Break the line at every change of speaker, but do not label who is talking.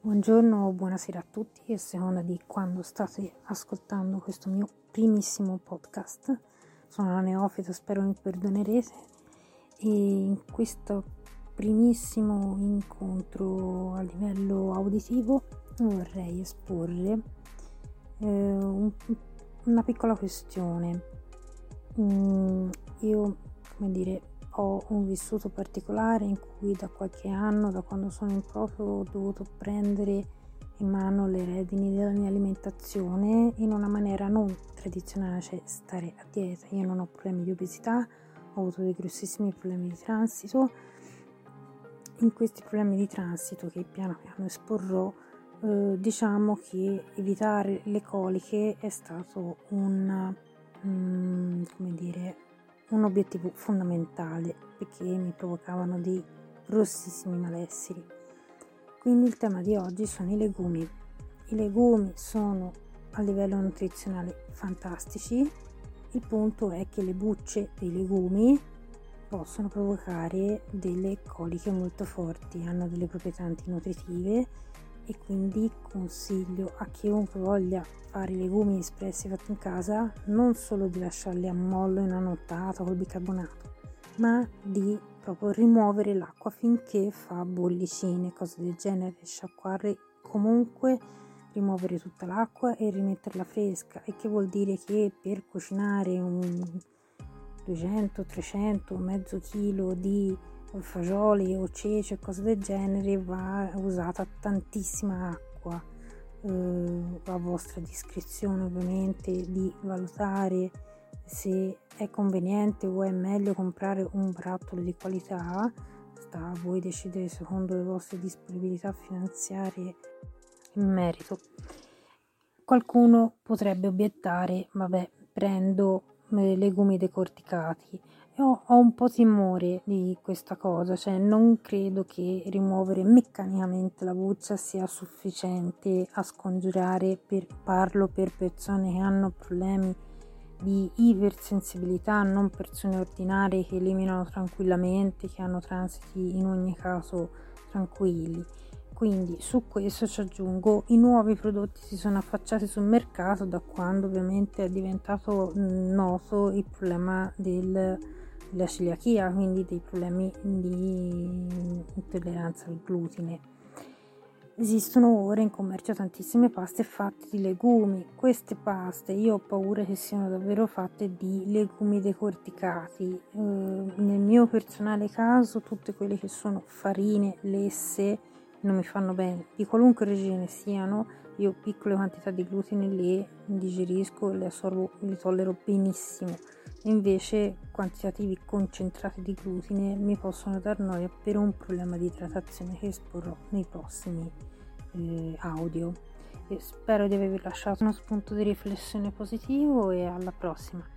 Buongiorno o buonasera a tutti, a seconda di quando state ascoltando questo mio primissimo podcast. Sono una neofita, spero mi perdonerete, e in questo primissimo incontro a livello auditivo vorrei esporre una piccola questione. Io, ho un vissuto particolare in cui da qualche anno, da quando sono in proprio, ho dovuto prendere in mano le redini della mia alimentazione in una maniera non tradizionale, cioè stare a dieta. Io non ho problemi di obesità, ho avuto dei grossissimi problemi di transito. In questi problemi di transito, che piano piano esporrò, diciamo che evitare le coliche è stato un obiettivo fondamentale, perché mi provocavano dei grossissimi malesseri. Quindi il tema di oggi sono i legumi. I legumi sono a livello nutrizionale fantastici. Il punto è che le bucce dei legumi possono provocare delle coliche molto forti, hanno delle proprietà antinutritive, e quindi consiglio a chiunque voglia fare i legumi espressi fatti in casa non solo di lasciarli a mollo in una nottata col bicarbonato, ma di proprio rimuovere l'acqua finché fa bollicine, cose del genere, sciacquare comunque, rimuovere tutta l'acqua e rimetterla fresca, e che vuol dire che per cucinare un 200-300, mezzo chilo di fagioli o ceci e cose del genere va usata tantissima acqua. A vostra discrezione ovviamente di valutare se è conveniente o è meglio comprare un barattolo di qualità. Sta a voi decidere secondo le vostre disponibilità finanziarie in merito. Qualcuno potrebbe obiettare: vabbè, prendo legumi decorticati. Io ho un po' timore di questa cosa, cioè non credo che rimuovere meccanicamente la buccia sia sufficiente a scongiurare. Parlo per persone che hanno problemi di ipersensibilità, non persone ordinarie che eliminano tranquillamente, che hanno transiti in ogni caso tranquilli. Quindi su questo ci aggiungo, i nuovi prodotti si sono affacciati sul mercato da quando ovviamente è diventato noto il problema della celiachia, quindi dei problemi di intolleranza al glutine. Esistono ora in commercio tantissime paste fatte di legumi. Queste paste io ho paura che siano davvero fatte di legumi decorticati. Nel mio personale caso tutte quelle che sono farine lesse non mi fanno bene, di qualunque origine siano. Io piccole quantità di glutine le digerisco, le assorbo, le tollero benissimo. Invece quantitativi concentrati di glutine mi possono dar noia per un problema di idratazione che esporrò nei prossimi audio. E spero di avervi lasciato uno spunto di riflessione positivo, e alla prossima.